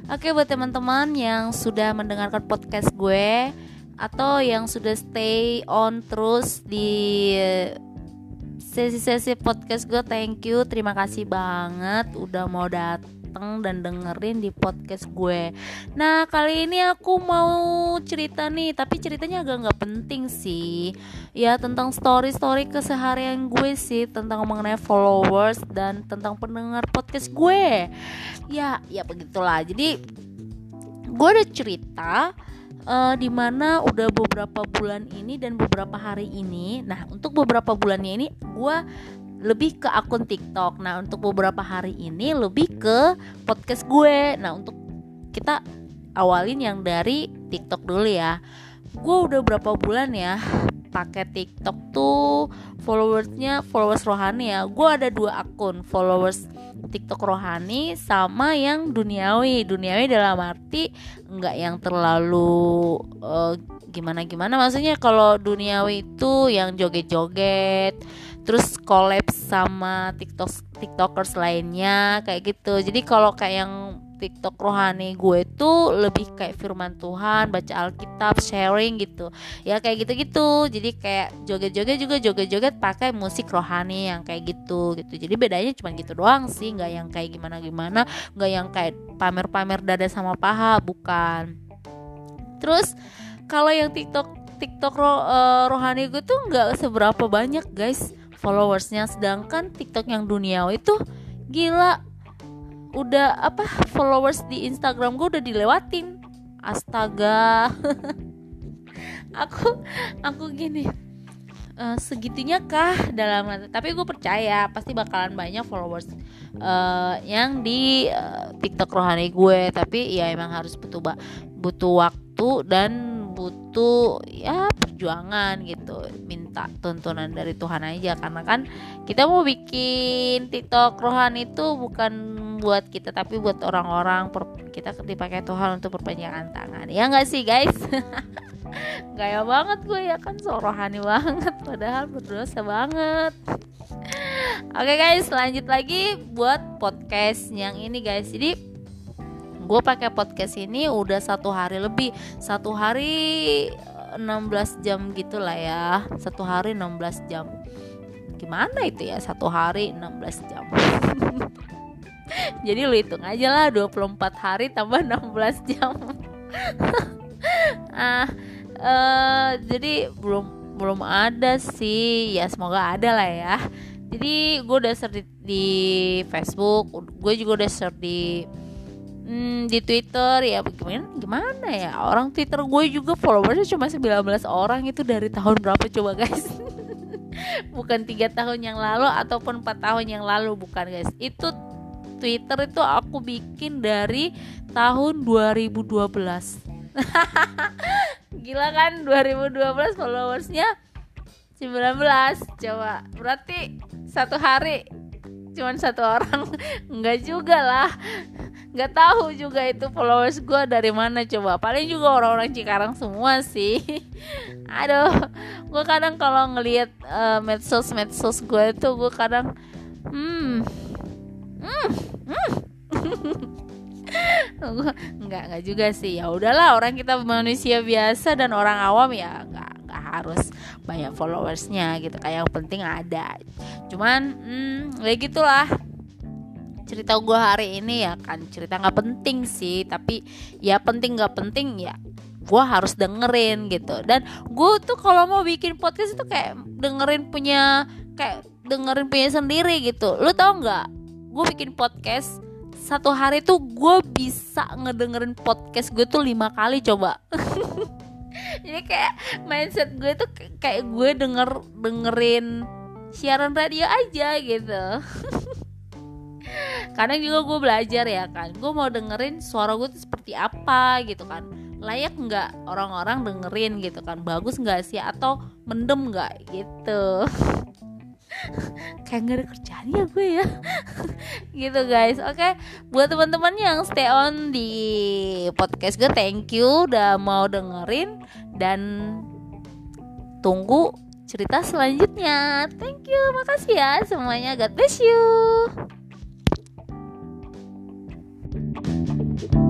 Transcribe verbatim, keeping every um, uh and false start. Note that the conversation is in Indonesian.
Oke, buat teman-teman yang sudah mendengarkan podcast gue atau yang sudah stay on terus di sesi-sesi podcast gue, thank you, terima kasih banget udah mau datang dan dengerin di podcast gue. Nah, kali ini aku mau cerita nih, tapi ceritanya agak nggak penting sih. Ya, tentang story-story keseharian gue sih, tentang mengenai followers dan tentang pendengar podcast gue. Ya, ya begitulah. Jadi gue ada cerita uh, di mana udah beberapa bulan ini dan beberapa hari ini. Nah, untuk beberapa bulannya ini gue lebih ke akun TikTok. Nah, untuk beberapa hari ini lebih ke podcast gue. Nah, untuk kita awalin yang dari TikTok dulu ya. Gue udah berapa bulan ya pakai TikTok tuh, followersnya followers rohani ya. Gue ada dua akun, followers TikTok rohani sama yang duniawi. Duniawi dalam arti enggak yang terlalu uh, gimana-gimana. Maksudnya kalau duniawi itu yang joget-joget, terus collab sama TikTok TikTokers lainnya kayak gitu. Jadi kalau kayak yang TikTok rohani gue tuh lebih kayak firman Tuhan, baca Alkitab, sharing gitu. Ya kayak gitu-gitu. Jadi kayak joget-joget juga joget-joget pakai musik rohani yang kayak gitu gitu. Jadi bedanya cuma gitu doang sih, enggak yang kayak gimana-gimana, enggak yang kayak pamer-pamer dada sama paha, bukan. Terus kalau yang TikTok TikTok ro, uh, rohani gue tuh enggak seberapa banyak, guys, followersnya. Sedangkan TikTok yang duniawi itu gila, udah apa, followers di Instagram gue udah dilewatin. Astaga. aku aku gini, uh, segitunya kah dalam hati? Tapi gue percaya pasti bakalan banyak followers uh, yang di uh, TikTok rohani gue. Tapi ya emang harus butuh butuh waktu dan butuh ya perjuangan gitu, minta tuntunan dari Tuhan aja. Karena kan kita mau bikin TikTok rohani itu bukan buat kita, tapi buat orang-orang. Kita dipakai Tuhan untuk perpanjangan tangan, ya nggak sih guys? Gaya banget gue ya kan, so rohani banget padahal berdosa banget. Oke guys, lanjut lagi buat podcast yang ini guys. Jadi gue pakai podcast ini udah satu hari lebih, satu hari enam belas jam gitulah ya, satu hari enam belas jam. Gimana itu ya, satu hari enam belas jam. Jadi lu hitung aja lah, dua puluh empat hari tambah enam belas jam. ah, uh, jadi belum belum ada sih, ya semoga ada lah ya. Jadi gue udah share di, di Facebook, gue juga udah share di Hmm, di Twitter ya. Bagaimana gimana ya, orang Twitter gue juga followersnya cuma sembilan belas orang. Itu dari tahun berapa coba guys? Bukan tiga tahun yang lalu ataupun empat tahun yang lalu, bukan guys. Itu Twitter itu aku bikin dari tahun dua ribu dua belas. Gila kan, dua ribu dua belas followersnya sembilan belas. Coba berarti satu hari cuman satu orang. Enggak juga lah, nggak tahu juga itu followers gue dari mana coba. Paling juga orang-orang Cikarang semua sih. Aduh, gue kadang kalau ngelihat uh, medsos medsos gue tuh gue kadang hmm hmm hmm nggak nggak juga sih. Ya udahlah, orang kita manusia biasa dan orang awam ya nggak nggak harus banyak followersnya gitu. Kayak yang penting ada. Cuman hmm, ya gitulah cerita gue hari ini ya kan. Cerita nggak penting sih, tapi ya penting nggak penting ya gue harus dengerin gitu. Dan gue tuh kalau mau bikin podcast itu kayak dengerin punya kayak dengerin punya sendiri gitu. Lu tau nggak? Gue bikin podcast satu hari tuh gue bisa ngedengerin podcast gue tuh lima kali coba. Jadi kayak mindset gue tuh kayak gue denger dengerin siaran radio aja gitu. Kadang juga gue belajar ya kan, gue mau dengerin suara gue tuh seperti apa gitu kan, layak nggak orang-orang dengerin gitu kan, bagus nggak sih atau mendem nggak gitu. Kayak nggak ada kerjaan ya gue ya. Gitu guys. Oke, buat teman-teman yang stay on di podcast gue, thank you udah mau dengerin dan tunggu cerita selanjutnya. Thank you, makasih ya semuanya. God bless you.